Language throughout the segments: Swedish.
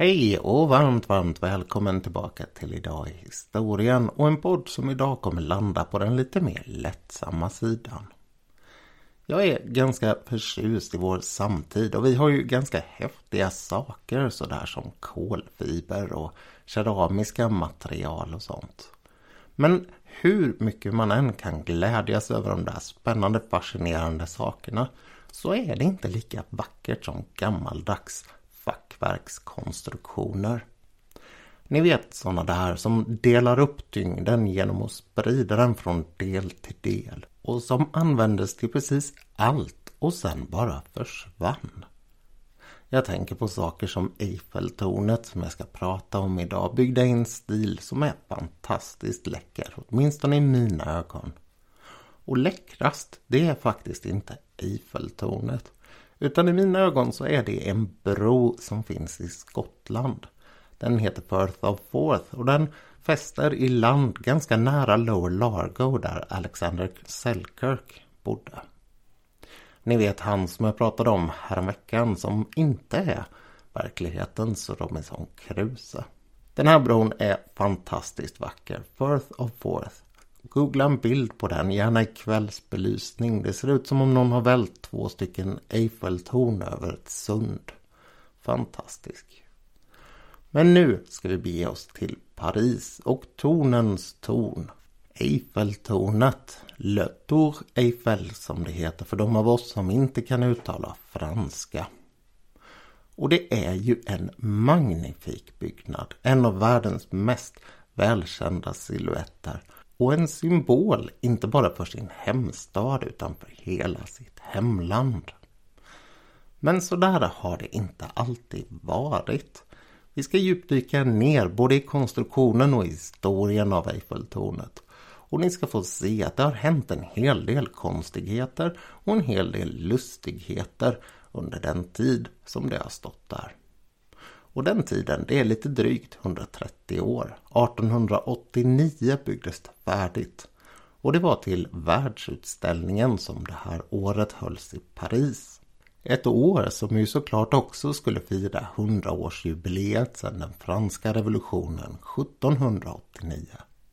Hej och varmt välkommen tillbaka till Idag i historien och en podd som idag kommer landa på den lite mer lättsamma sidan. Jag är ganska förtjust i vår samtid och vi har ju ganska häftiga saker sådär som kolfiber och keramiska material och sånt. Men hur mycket man än kan glädjas över de där spännande, fascinerande sakerna så är det inte lika vackert som gammaldags fackverkskonstruktioner. Ni vet sådana där som delar upp tyngden genom att sprida den från del till del och som användes till precis allt och sen bara försvann. Jag tänker på saker som Eiffeltornet som jag ska prata om idag, byggda i en stil som är fantastiskt läcker, åtminstone i mina ögon. Och läckrast, det är faktiskt inte Eiffeltornet. Utan i mina ögon så är det en bro som finns i Skottland. Den heter Firth of Forth och den fäster i land ganska nära Lower Largo där Alexander Selkirk bodde. Ni vet han som jag pratade om häromveckan som inte är verklighetens Robinson Crusoe. Den här bron är fantastiskt vacker. Firth of Forth. Googla en bild på den, gärna i kvällsbelysning. Det ser ut som om någon har vält 2 stycken Eiffeltorn över ett sund. Fantastisk. Men nu ska vi bege oss till Paris och tornens torn. Eiffeltornet, Le Tour Eiffel som det heter för de av oss som inte kan uttala franska. Och det är ju en magnifik byggnad, en av världens mest välkända silhuetter. Och en symbol inte bara för sin hemstad utan för hela sitt hemland. Men så där har det inte alltid varit. Vi ska djupdyka ner både i konstruktionen och i historien av Eiffeltornet. Och ni ska få se att det har hänt en hel del konstigheter och en hel del lustigheter under den tid som det har stått där. Och den tiden, det är lite drygt 130 år. 1889 byggdes det färdigt. Och det var till världsutställningen som det här året hölls i Paris. Ett år som ju såklart också skulle fira 100-årsjubileet sedan den franska revolutionen 1789.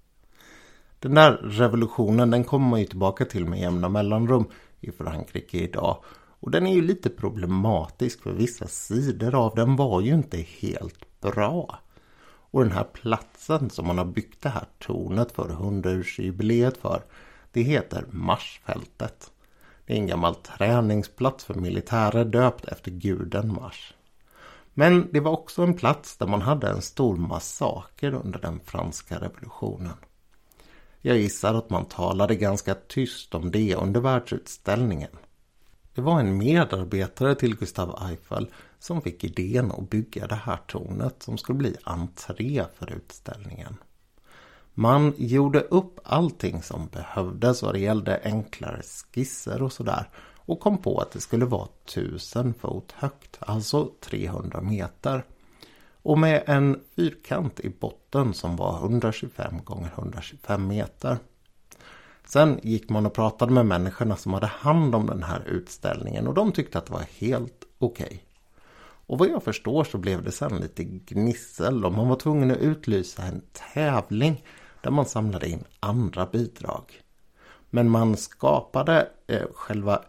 Den där revolutionen den kommer man ju tillbaka till med jämna mellanrum i Frankrike idag. Och den är ju lite problematisk för vissa sidor av den var ju inte helt bra. Och den här platsen som man har byggt det här tornet för 100-årsjubileet för, det heter Marsfältet. Det är en gammal träningsplats för militärer döpt efter guden Mars. Men det var också en plats där man hade en stor massaker under den franska revolutionen. Jag gissar att man talade ganska tyst om det under världsutställningen. Det var en medarbetare till Gustave Eiffel som fick idén att bygga det här tornet som skulle bli entré för utställningen. Man gjorde upp allting som behövdes vad det gällde enklare skisser och sådär och kom på att det skulle vara 1000 fot högt, alltså 300 meter. Och med en fyrkant i botten som var 125 gånger 125 meter. Sen gick man och pratade med människorna som hade hand om den här utställningen och de tyckte att det var helt okej. Och vad jag förstår så blev det sen lite gnissel och man var tvungen att utlysa en tävling där man samlade in andra bidrag. Men man skapade själva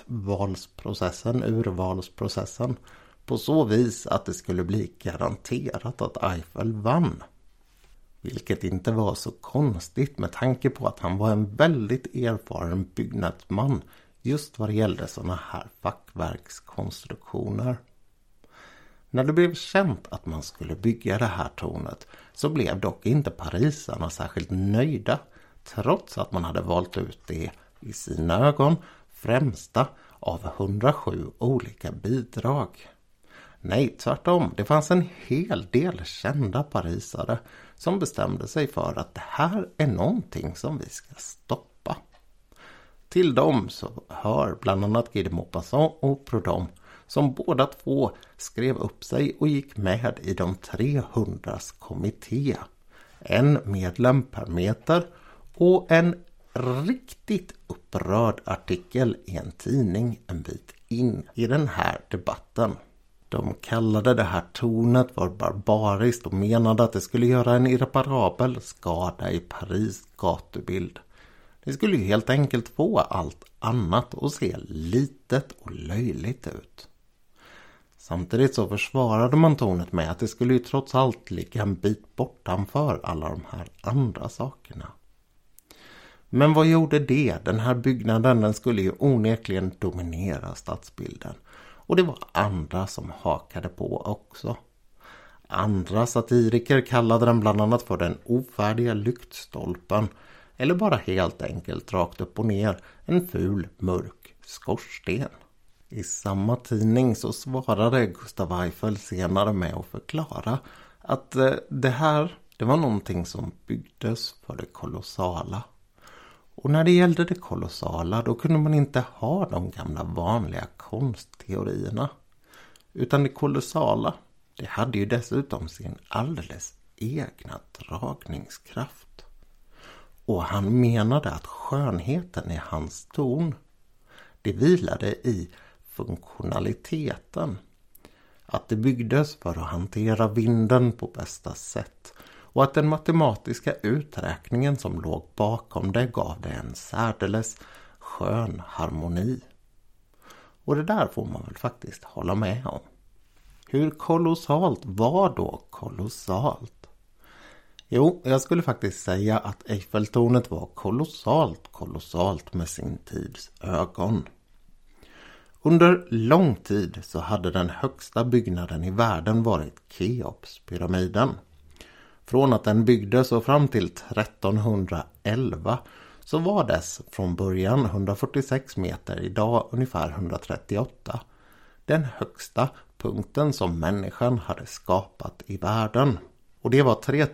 urvalsprocessen på så vis att det skulle bli garanterat att Eiffel vann. Vilket inte var så konstigt med tanke på att han var en väldigt erfaren byggnadsman just vad det gällde sådana här fackverkskonstruktioner. När det blev känt att man skulle bygga det här tornet så blev dock inte parisarna särskilt nöjda trots att man hade valt ut det i sina ögon främsta av 107 olika bidrag. Nej, tvärtom. Det fanns en hel del kända parisare som bestämde sig för att det här är någonting som vi ska stoppa. Till dem så hör bland annat Guy de Maupassant och Prudhomme som båda två skrev upp sig och gick med i de 300s kommitté. En medlem per meter och en riktigt upprörd artikel i en tidning en bit in i den här debatten. De kallade det här tornet för barbariskt och menade att det skulle göra en irreparabel skada i Paris gatubild. Det skulle ju helt enkelt få allt annat att se litet och löjligt ut. Samtidigt så försvarade man tornet med att det skulle ju trots allt ligga en bit bortanför alla de här andra sakerna. Men vad gjorde det? Den här byggnaden, den skulle ju onekligen dominera stadsbilden. Och det var andra som hakade på också. Andra satiriker kallade den bland annat för den ofärdiga lyktstolpen. Eller bara helt enkelt rakt upp och ner en ful, mörk skorsten. I samma tidning så svarade Gustave Eiffel senare med att förklara att det var någonting som byggdes för det kolossala. Och när det gällde det kolossala då kunde man inte ha de gamla vanliga konstteorierna. Utan det kolossala, det hade ju dessutom sin alldeles egna dragningskraft. Och han menade att skönheten i hans torn, det vilade i funktionaliteten. Att det byggdes för att hantera vinden på bästa sätt. Och att den matematiska uträkningen som låg bakom det gav det en särdeles skön harmoni. Och det där får man väl faktiskt hålla med om. Hur kolossalt var då kolossalt? Jo, jag skulle faktiskt säga att Eiffeltornet var kolossalt med sin tids ögon. Under lång tid så hade den högsta byggnaden i världen varit Keopspyramiden. Från att den byggdes och fram till 1311 så var dess från början 146 meter, idag ungefär 138. Den högsta punkten som människan hade skapat i världen. Och det var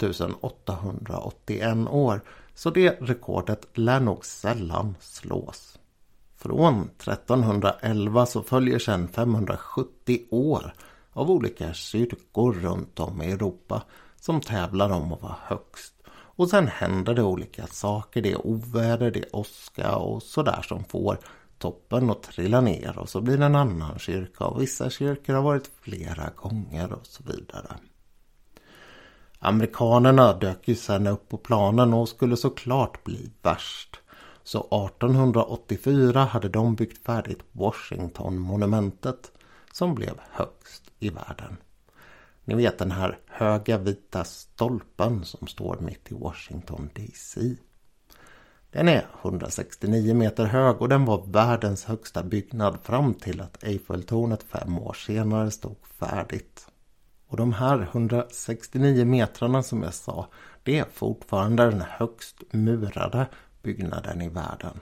3881 år, så det rekordet lär nog sällan slås. Från 1311 så följer sedan 570 år av olika kyrkor runt om i Europa som tävlar om att vara högst. Och sen händer det olika saker, det är oväder, det är åska och sådär som får toppen att trilla ner. Och så blir det en annan kyrka och vissa kyrkor har varit flera gånger och så vidare. Amerikanerna dök ju sen upp på planen och skulle såklart bli värst. Så 1884 hade de byggt färdigt Washington-monumentet som blev högst i världen. Ni vet den här höga vita stolpen som står mitt i Washington DC. Den är 169 meter hög och den var världens högsta byggnad fram till att Eiffeltornet 5 år senare stod färdigt. Och de här 169 metrarna som jag sa, det är fortfarande den högst murade byggnaden i världen.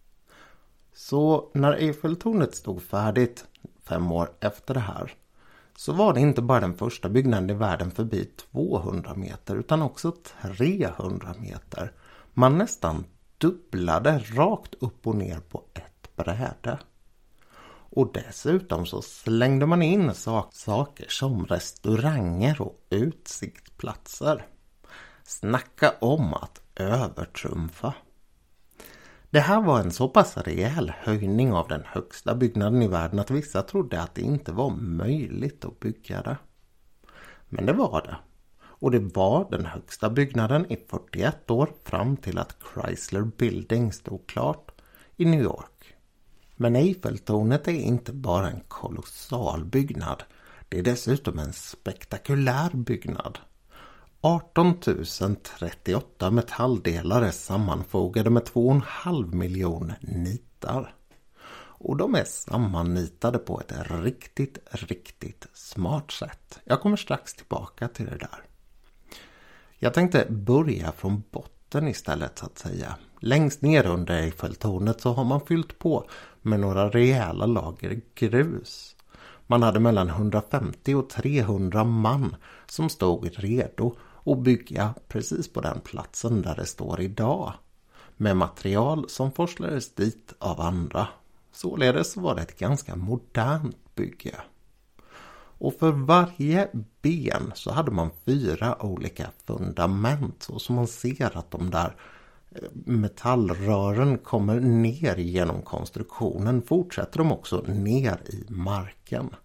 Så när Eiffeltornet stod färdigt 5 år efter det här så var det inte bara den första byggnaden i världen förbi 200 meter utan också 300 meter. Man nästan dubblade rakt upp och ner på ett bräde. Och dessutom så slängde man in saker som restauranger och utsiktsplatser. Snacka om att övertrumfa. Det här var en så pass rejäl höjning av den högsta byggnaden i världen att vissa trodde att det inte var möjligt att bygga det. Men det var det. Och det var den högsta byggnaden i 41 år fram till att Chrysler Building stod klart i New York. Men Eiffeltornet är inte bara en kolossal byggnad. Det är dessutom en spektakulär byggnad. 18 038 metalldelar sammanfogade med 2,5 miljoner nitar. Och de är sammannitade på ett riktigt smart sätt. Jag kommer strax tillbaka till det där. Jag tänkte börja från botten istället så att säga. Längst ner under Eiffeltornet så har man fyllt på med några rejäla lager grus. Man hade mellan 150 och 300 man som stod redo att bygga precis på den platsen där det står idag. Med material som forslades dit av andra. Således var det ett ganska modernt bygge. Och för varje ben så hade man 4 olika fundament. Så som man ser att de där metallrören kommer ner genom konstruktionen fortsätter de också ner i marken.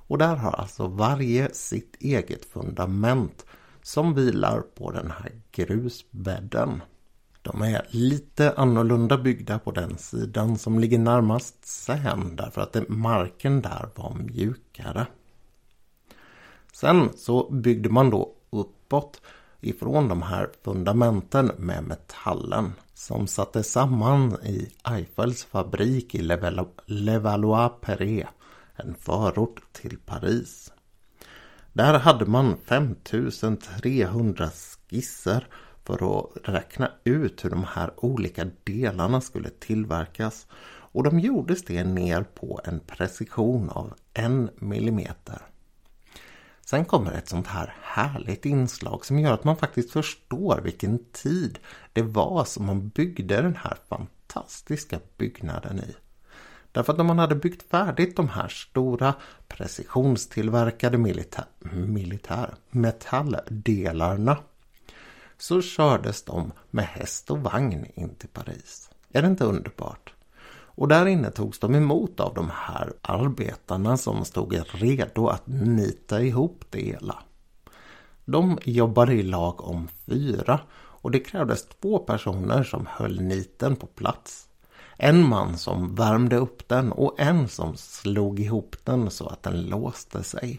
Och där har alltså varje sitt eget fundament som vilar på den här grusbädden. De är lite annorlunda byggda på den sidan som ligger närmast Seine därför att marken där var mjukare. Sen så byggde man då uppåt ifrån de här fundamenten med metallen som satte samman i Eiffels fabrik i Levallois-Perret, en förort till Paris. Där hade man 5300 skisser för att räkna ut hur de här olika delarna skulle tillverkas. Och de gjordes det ner på en precision av 1 millimeter. Sen kommer ett sånt här härligt inslag som gör att man faktiskt förstår vilken tid det var som man byggde den här fantastiska byggnaden i. Därför att när man hade byggt färdigt de här stora precisionstillverkade metalldelarna så kördes de med häst och vagn in till Paris. Är det inte underbart? Och där inne togs de emot av de här arbetarna som stod redo att nita ihop det hela. De jobbade i lag om 4 och det krävdes 2 personer som höll niten på plats. En man som värmde upp den och en som slog ihop den så att den låste sig.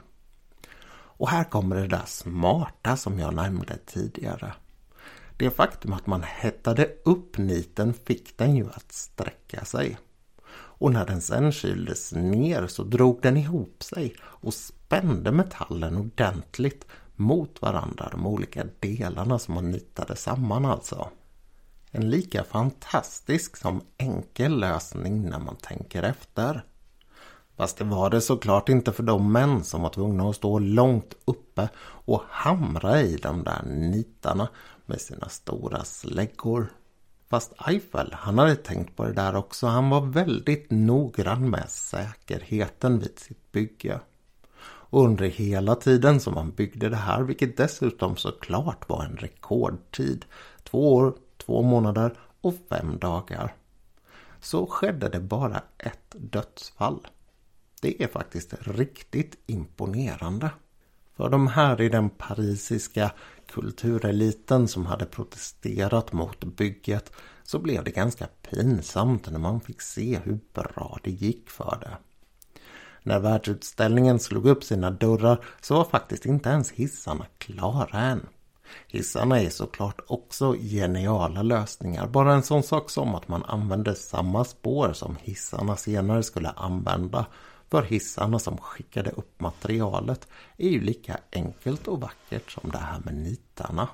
Och här kommer det där smarta som jag nämnde tidigare. Det faktum att man hettade upp niten fick den ju att sträcka sig. Och när den sen kyldes ner så drog den ihop sig och spände metallen ordentligt mot varandra, de olika delarna som man nitade samman alltså. En lika fantastisk som enkel lösning när man tänker efter. Fast det var det såklart inte för de män som var tvungna att stå långt uppe och hamra i de där nitarna med sina stora släggor. Fast Eiffel, han hade tänkt på det där också. Han var väldigt noggrann med säkerheten vid sitt bygge. Och under hela tiden som han byggde det här, vilket dessutom såklart var en rekordtid, 2 år, 2 månader och 5 dagar, så skedde det bara ett dödsfall. Det är faktiskt riktigt imponerande. För de här i den parisiska kultureliten som hade protesterat mot bygget så blev det ganska pinsamt när man fick se hur bra det gick för det. När världsutställningen slog upp sina dörrar så var faktiskt inte ens hissarna klara än. Hissarna är såklart också geniala lösningar. Bara en sån sak som att man använde samma spår som hissarna senare skulle använda. För hissarna som skickade upp materialet är ju lika enkelt och vackert som det här med nitarna.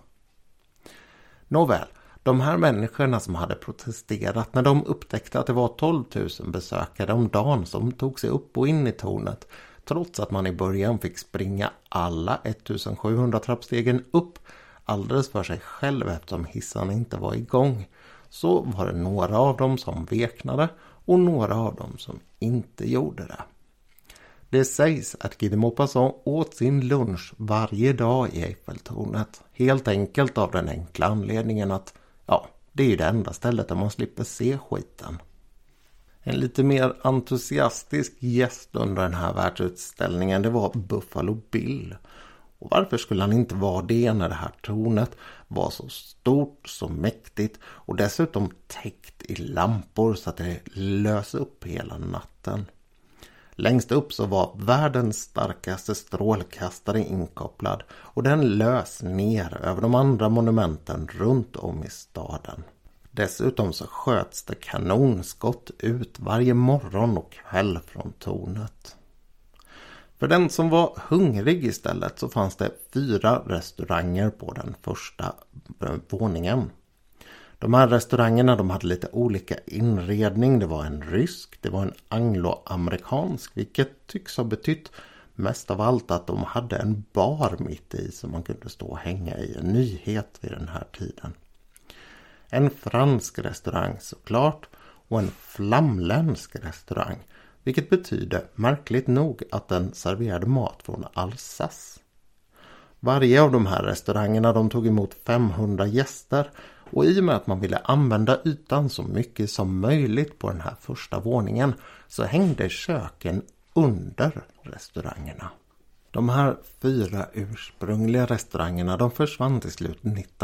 Nåväl, de här människorna som hade protesterat, när de upptäckte att det var 12 000 besökare om dagen som tog sig upp och in i tornet, trots att man i början fick springa alla 1700 trappstegen upp alldeles för sig själv eftersom hissarna inte var igång, så var det några av dem som veknade och några av dem som inte gjorde det. Det sägs att Guy de Maupassant åt sin lunch varje dag i Eiffeltornet. Helt enkelt av den enkla anledningen att det är ju det enda stället där man slipper se skiten. En lite mer entusiastisk gäst under den här världsutställningen, det var Buffalo Bill. Och varför skulle han inte vara det när det här tornet var så stort, så mäktigt och dessutom täckt i lampor så att det lös upp hela natten. Längst upp så var världens starkaste strålkastare inkopplad och den lös ner över de andra monumenten runt om i staden. Dessutom så sköts det kanonskott ut varje morgon och kväll från tornet. För den som var hungrig istället så fanns det 4 restauranger på den första våningen. De här restaurangerna de hade lite olika inredning. Det var en rysk, det var en angloamerikansk, vilket tycks ha betytt mest av allt att de hade en bar mitt i som man kunde stå och hänga i, en nyhet vid den här tiden. En fransk restaurang såklart och en flamländsk restaurang, vilket betyder märkligt nog att den serverade mat från Alsace. Varje av de här restaurangerna de tog emot 500 gäster och i och med att man ville använda ytan så mycket som möjligt på den här första våningen så hängde köken under restaurangerna. De här 4 ursprungliga restaurangerna de försvann till slut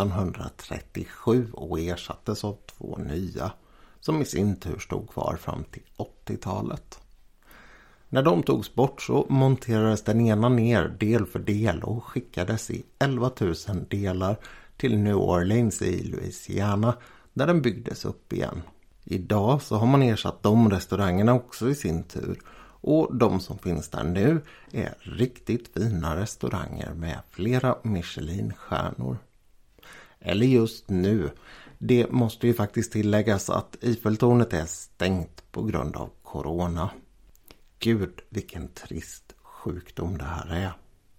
1937 och ersattes av 2 nya som i sin tur stod kvar fram till 80-talet. När de togs bort så monterades den ena ner del för del och skickades i 11 000 delar till New Orleans i Louisiana där den byggdes upp igen. Idag så har man ersatt de restaurangerna också i sin tur och de som finns där nu är riktigt fina restauranger med flera Michelin-stjärnor. Eller just nu, det måste ju faktiskt tilläggas att Eiffeltornet är stängt på grund av corona. Gud, vilken trist sjukdom det här är.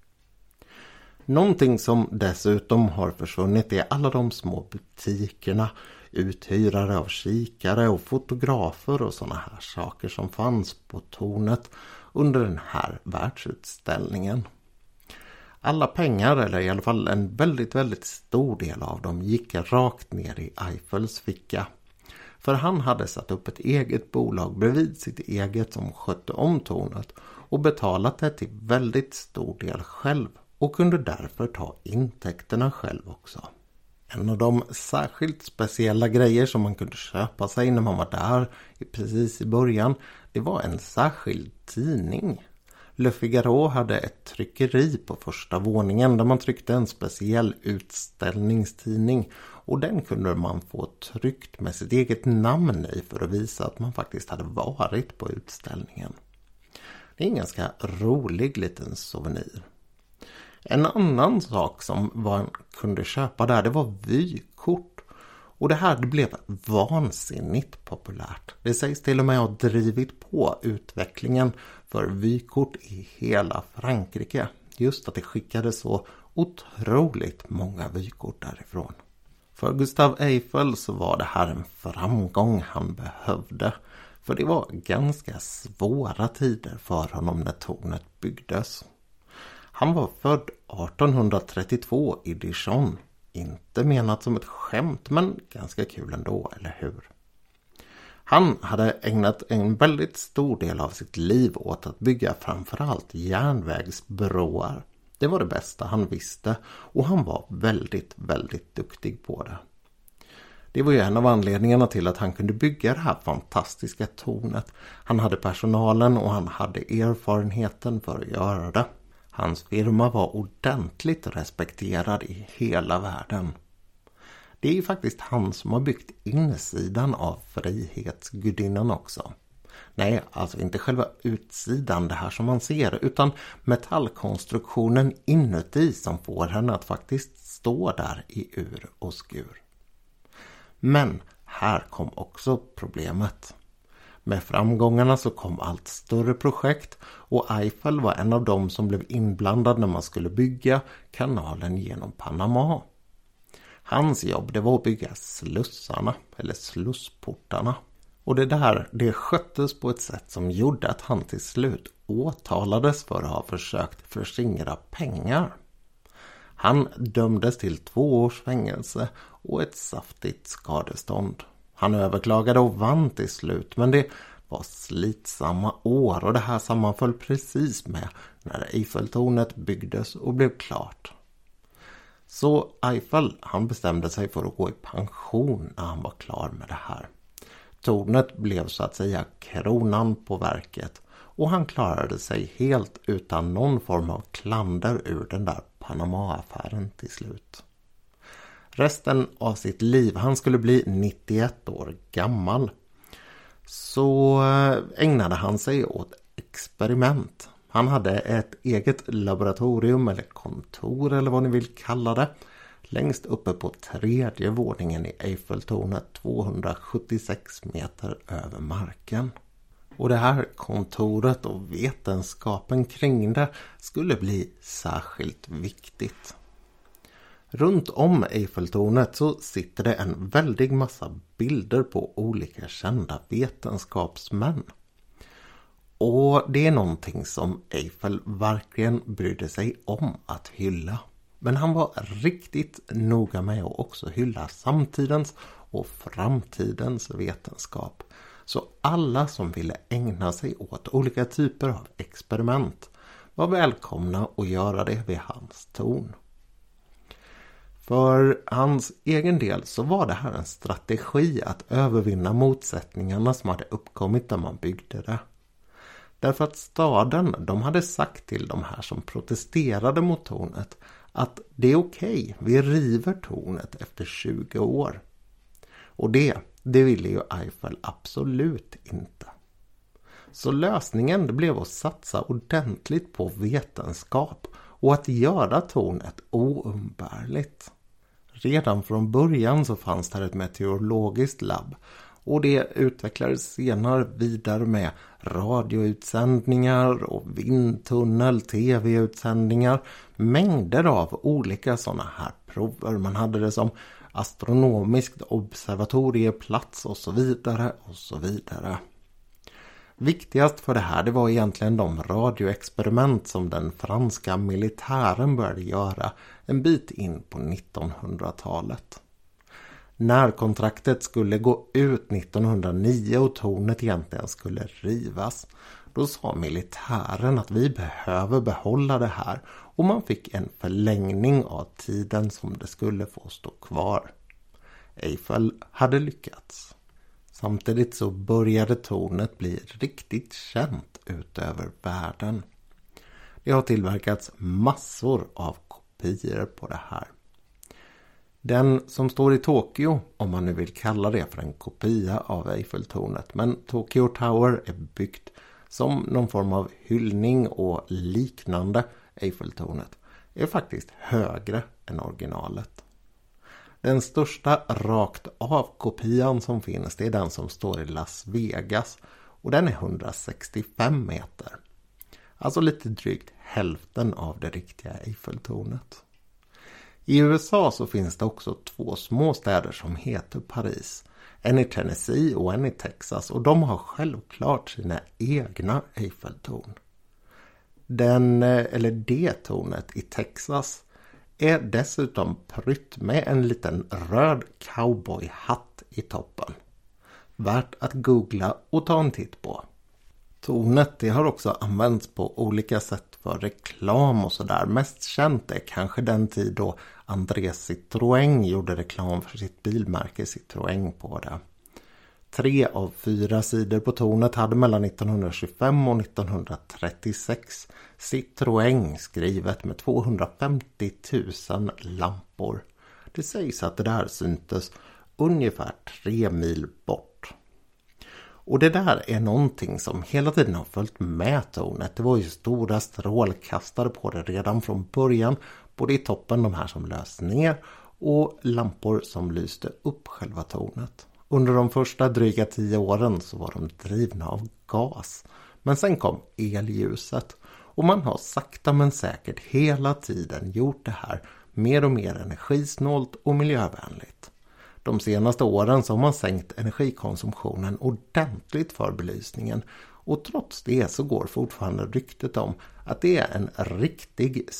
Någonting som dessutom har försvunnit är alla de små butikerna, uthyrare av kikare och fotografer och såna här saker som fanns på tornet under den här världsutställningen. Alla pengar, eller i alla fall en väldigt, väldigt stor del av dem, gick rakt ner i Eiffels ficka. För han hade satt upp ett eget bolag bredvid sitt eget som skötte om tornet och betalat det till väldigt stor del själv och kunde därför ta intäkterna själv också. En av de särskilt speciella grejer som man kunde köpa sig när man var där precis i början, det var en särskild tidning. Le Figaro hade ett tryckeri på första våningen där man tryckte en speciell utställningstidning och den kunde man få tryckt med sitt eget namn i för att visa att man faktiskt hade varit på utställningen. Det är en ganska rolig liten souvenir. En annan sak som man kunde köpa där, det var vykort. Och det här blev vansinnigt populärt. Det sägs till och med ha drivit på utvecklingen för vykort i hela Frankrike. Just att det skickades så otroligt många vykort därifrån. För Gustave Eiffel så var det här en framgång han behövde. För det var ganska svåra tider för honom när tornet byggdes. Han var född 1832 i Dijon. Inte menat som ett skämt, men ganska kul ändå, eller hur? Han hade ägnat en väldigt stor del av sitt liv åt att bygga framförallt järnvägsbroar. Det var det bästa han visste och han var väldigt, väldigt duktig på det. Det var ju en av anledningarna till att han kunde bygga det här fantastiska tornet. Han hade personalen och han hade erfarenheten för att göra det. Hans firma var ordentligt respekterad i hela världen. Det är ju faktiskt han som har byggt insidan av Frihetsgudinnan också. Nej, alltså inte själva utsidan det här som man ser, utan metallkonstruktionen inuti som får henne att faktiskt stå där i ur och skur. Men här kom också problemet. Med framgångarna så kom allt större projekt och Eiffel var en av dem som blev inblandad när man skulle bygga kanalen genom Panama. Hans jobb det var att bygga slussarna eller slussportarna. Och det sköttes på ett sätt som gjorde att han till slut åtalades för att ha försökt förskingra pengar. Han dömdes till 2 års fängelse och ett saftigt skadestånd. Han överklagade och vann till slut, men det var slitsamma år och det här sammanföll precis med när Eiffeltornet byggdes och blev klart. Så Eiffel han bestämde sig för att gå i pension när han var klar med det här. Tornet blev så att säga kronan på verket och han klarade sig helt utan någon form av klander ur den där Panama-affären till slut. Resten av sitt liv, han skulle bli 91 år gammal, så ägnade han sig åt experiment. Han hade ett eget laboratorium eller kontor eller vad ni vill kalla det. Längst uppe på 3:e våningen i Eiffeltornet 276 meter över marken. Och det här kontoret och vetenskapen kring det skulle bli särskilt viktigt. Runt om Eiffeltornet så sitter det en väldig massa bilder på olika kända vetenskapsmän. Och det är någonting som Eiffel verkligen brydde sig om att hylla. Men han var riktigt noga med att också hylla samtidens och framtidens vetenskap. Så alla som ville ägna sig åt olika typer av experiment var välkomna att göra det vid hans torn. För hans egen del så var det här en strategi att övervinna motsättningarna som hade uppkommit när man byggde det. Därför att staden, de hade sagt till de här som protesterade mot tornet att det är okej, vi river tornet efter 20 år. Och det ville ju Eiffel absolut inte. Så lösningen det blev att satsa ordentligt på vetenskap och att göra tornet oumbärligt. Redan från början så fanns det ett meteorologiskt labb och det utvecklades senare vidare med radioutsändningar och vindtunnel, tv-utsändningar, mängder av olika sådana här prover. Man hade det som astronomiskt observatorieplats och så vidare och så vidare. Viktigast för det här det var egentligen de radioexperiment som den franska militären började göra en bit in på 1900-talet. När kontraktet skulle gå ut 1909 och tornet egentligen skulle rivas, då sa militären att vi behöver behålla det här och man fick en förlängning av tiden som det skulle få stå kvar. Eiffel hade lyckats. Samtidigt så började tornet bli riktigt känt utöver världen. Det har tillverkats massor av kopior på det här. Den som står i Tokyo, om man nu vill kalla det för en kopia av Eiffeltornet, men Tokyo Tower är byggt som någon form av hyllning och liknande Eiffeltornet, är faktiskt högre än originalet. Den största rakt av kopian som finns det är den som står i Las Vegas och den är 165 meter. Alltså lite drygt hälften av det riktiga Eiffeltornet. I USA så finns det också 2 små städer som heter Paris. En i Tennessee och en i Texas och de har självklart sina egna Eiffeltorn. Det tornet i Texas är dessutom prytt med en liten röd cowboyhatt i toppen. Värt att googla och ta en titt på. Tornet det har också använts på olika sätt för reklam och sådär. Mest känt är kanske den tid då André Citroën gjorde reklam för sitt bilmärke Citroën på det. 3 av 4 sidor på tornet hade mellan 1925 och 1936 Citroën skrivet med 250 000 lampor. Det sägs att det där syntes ungefär 3 mil bort. Och det där är någonting som hela tiden har följt med tornet. Det var ju stora strålkastare på det redan från början. Både i toppen, de här som lös ner, och lampor som lyste upp själva tornet. Under de första dryga 10 åren så var de drivna av gas. Men sen kom elljuset. Och man har sakta men säkert hela tiden gjort det här mer och mer energisnålt och miljövänligt. De senaste åren så har man sänkt energikonsumtionen ordentligt för belysningen. Och trots det så går fortfarande ryktet om att det är en riktig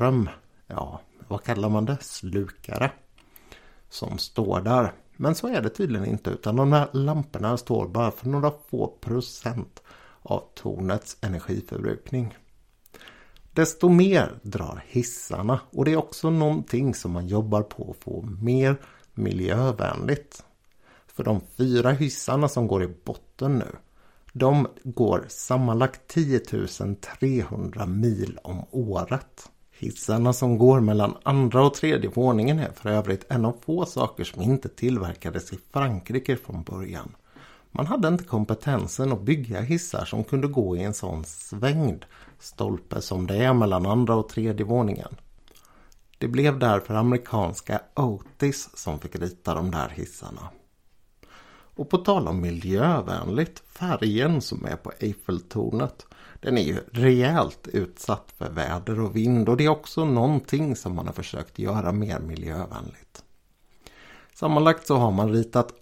vad kallar man det? Slukare som står där. Men så är det tydligen inte, utan de här lamporna står bara för några få procent av tornets energiförbrukning. Desto mer drar hissarna, och det är också någonting som man jobbar på att få mer miljövänligt. För de 4 hissarna som går i botten nu, de går sammanlagt 10 300 mil om året. Hissarna som går mellan andra och tredje våningen är för övrigt en av få saker som inte tillverkades i Frankrike från början. Man hade inte kompetensen att bygga hissar som kunde gå i en sån svängd stolpe som det är mellan andra och tredje våningen. Det blev därför amerikanska Otis som fick rita de där hissarna. Och på tal om miljövänligt, färgen som är på Eiffeltornet, den är ju rejält utsatt för väder och vind, och det är också någonting som man har försökt göra mer miljövänligt. Sammanlagt så har man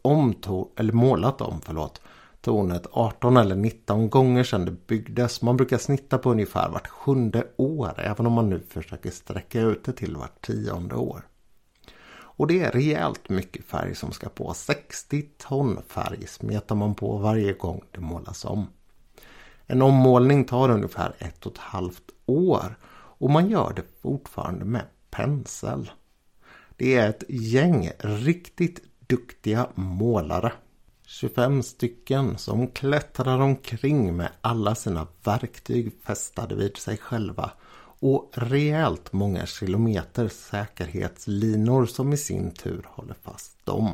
målat om tornet 18 eller 19 gånger sedan det byggdes. Man brukar snitta på ungefär vart 7:e år, även om man nu försöker sträcka ut det till vart 10:e år. Och det är rejält mycket färg som ska på. 60 ton färg smetar man på varje gång det målas om. En ommålning tar ungefär 1,5 år och man gör det fortfarande med pensel. Det är ett gäng riktigt duktiga målare. 25 stycken som klättrar omkring med alla sina verktyg fästade vid sig själva och rejält många kilometer säkerhetslinor som i sin tur håller fast dem.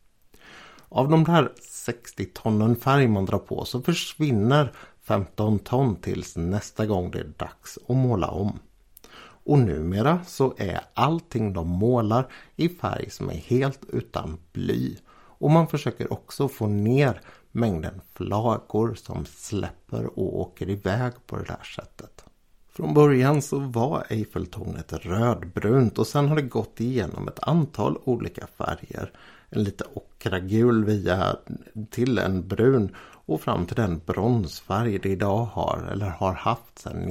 Av de där 60 tonnen färg man drar på så försvinner 15 ton tills nästa gång det är dags att måla om. Och numera så är allting de målar i färg som är helt utan bly. Och man försöker också få ner mängden flagor som släpper och åker iväg på det där sättet. Från början så var Eiffeltornet rödbrunt och sen har det gått igenom ett antal olika färger. En lite ockragul via till en brun och fram till den bronsfärg det idag har eller har haft sedan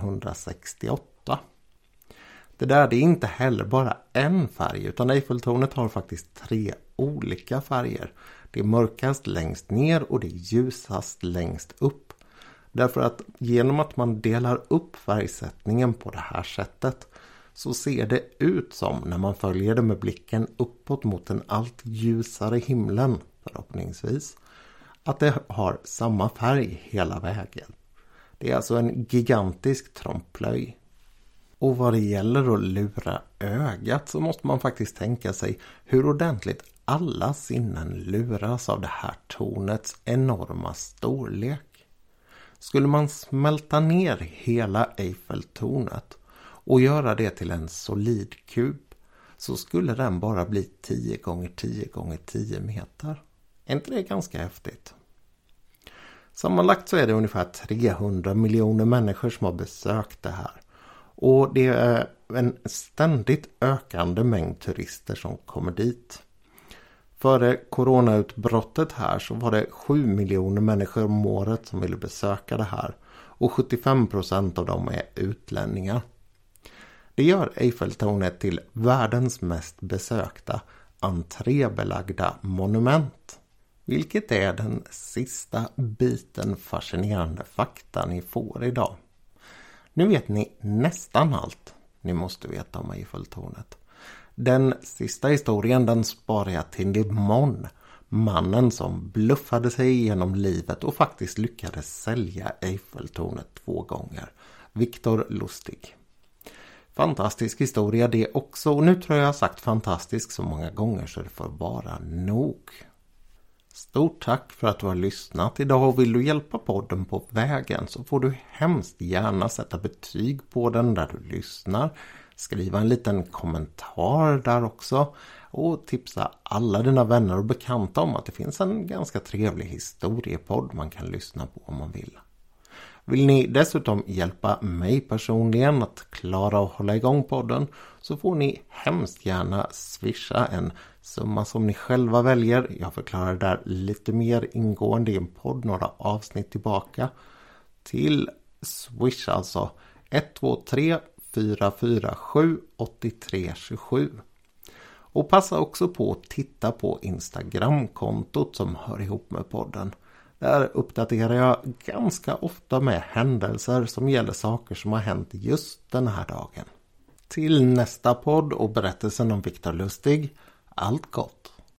1968. Det där är inte heller bara en färg utan Eiffeltornet har faktiskt 3 olika färger. Det är mörkast längst ner och det är ljusast längst upp. Därför att genom att man delar upp färgsättningen på det här sättet så ser det ut som när man följer det med blicken uppåt mot den allt ljusare himlen förhoppningsvis att det har samma färg hela vägen. Det är alltså en gigantisk tromplöj. Och vad det gäller att lura ögat så måste man faktiskt tänka sig hur ordentligt alla sinnen luras av det här tornets enorma storlek. Skulle man smälta ner hela Eiffeltornet och göra det till en solid kub så skulle den bara bli 10 gånger 10 gånger 10 meter. Är inte det ganska häftigt? Sammanlagt så är det ungefär 300 miljoner människor som har besökt det här. Och det är en ständigt ökande mängd turister som kommer dit. Före coronautbrottet här så var det 7 miljoner människor om året som ville besöka det här. Och 75% av dem är utlänningar. Det gör Eiffeltornet till världens mest besökta entrébelagda monument. Vilket är den sista biten fascinerande fakta ni får idag. Nu vet ni nästan allt ni måste veta om Eiffeltornet. Den sista historien den sparar jag till imorgon. Mannen som bluffade sig igenom livet och faktiskt lyckades sälja Eiffeltornet 2 gånger. Viktor Lustig. Fantastisk historia det också. Och nu tror jag sagt fantastisk så många gånger så det får vara nog. Stort tack för att du har lyssnat idag och vill du hjälpa podden på vägen så får du hemskt gärna sätta betyg på den där du lyssnar. Skriva en liten kommentar där också och tipsa alla dina vänner och bekanta om att det finns en ganska trevlig historiepodd man kan lyssna på om man vill. Vill ni dessutom hjälpa mig personligen att klara och hålla igång podden så får ni hemskt gärna swisha en summa som ni själva väljer. Jag förklarar det där lite mer ingående i en podd några avsnitt tillbaka. Till Swish alltså 123 447 8327. Och passa också på att titta på Instagramkontot som hör ihop med podden. Där uppdaterar jag ganska ofta med händelser som gäller saker som har hänt just den här dagen. Till nästa podd och berättelsen om Viktor Lustig, allt gott!